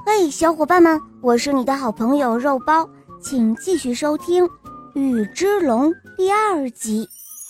嘿，小伙伴们，我是你的好朋友肉包，请继续收听《雨之龙》第2集。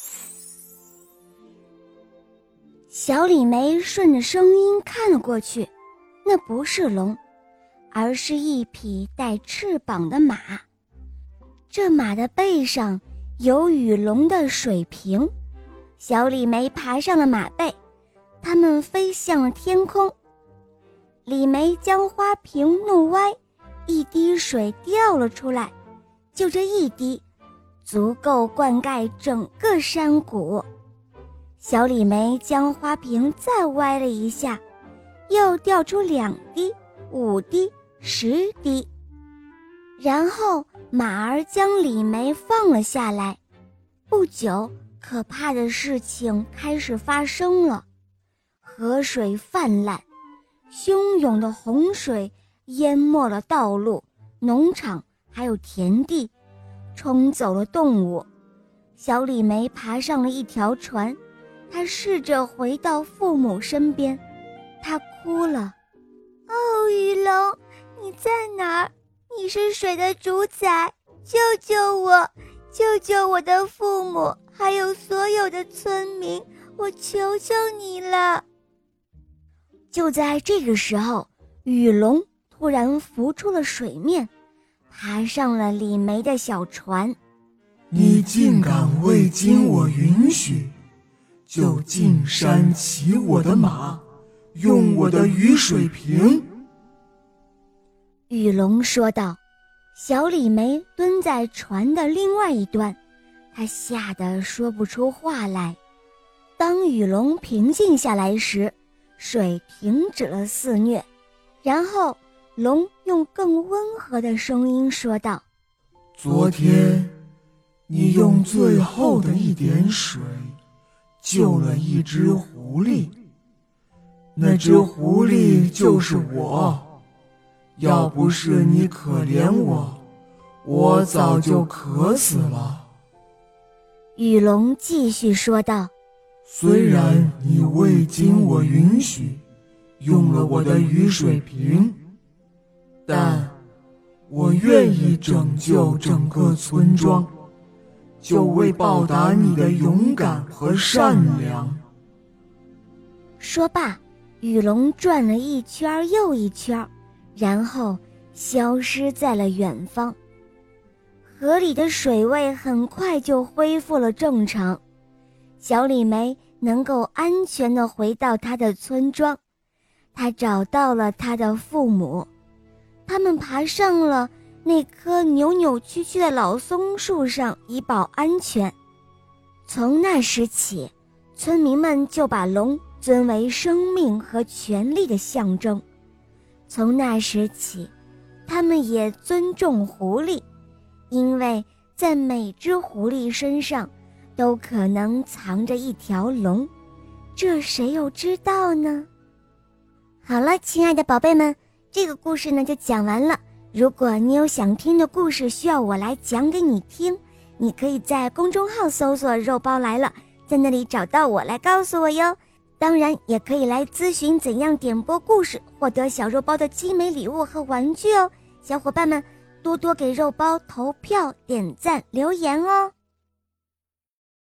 小李梅顺着声音看了过去，那不是龙，而是一匹带翅膀的马。这马的背上有雨龙的水瓶。小李梅爬上了马背，它们飞向了天空。李梅将花瓶弄歪，一滴水掉了出来，就这一滴，足够灌溉整个山谷。小李梅将花瓶再歪了一下，又掉出2滴、5滴、10滴。然后马儿将李梅放了下来。不久，可怕的事情开始发生了，河水泛滥，汹涌的洪水淹没了道路、农场还有田地，冲走了动物。小李梅爬上了一条船，她试着回到父母身边，她哭了。哦，雨龙，你在哪儿？你是水的主宰，救救我，救救我的父母，还有所有的村民，我求求你了。就在这个时候，雨龙突然浮出了水面，爬上了李梅的小船。 你竟敢未经我允许，就进山骑我的马，用我的雨水瓶。 雨龙说道。小李梅蹲在船的另外一端，她吓得说不出话来。当雨龙平静下来时，水停止了肆虐，然后龙用更温和的声音说道： 昨天你用最后的一点水救了一只狐狸，那只狐狸就是我，要不是你可怜我，我早就渴死了。 雨龙继续说道： 虽然你未经我允许用了我的雨水瓶，但我愿意拯救整个村庄，就为报答你的勇敢和善良。 说罢，雨龙转了一圈又一圈，然后消失在了远方。河里的水位很快就恢复了正常，小李梅能够安全地回到她的村庄。她找到了她的父母，他们爬上了那棵扭扭曲曲的老松树上以保安全。从那时起，村民们就把龙尊为生命和权力的象征。从那时起，他们也尊重狐狸，因为在每只狐狸身上都可能藏着一条龙，这谁又知道呢？好了，亲爱的宝贝们，这个故事呢就讲完了。如果你有想听的故事需要我来讲给你听，你可以在公众号搜索肉包来了，在那里找到我来告诉我哟。当然也可以来咨询怎样点播故事，获得小肉包的精美礼物和玩具哦。小伙伴们多多给肉包投票、点赞、留言哦。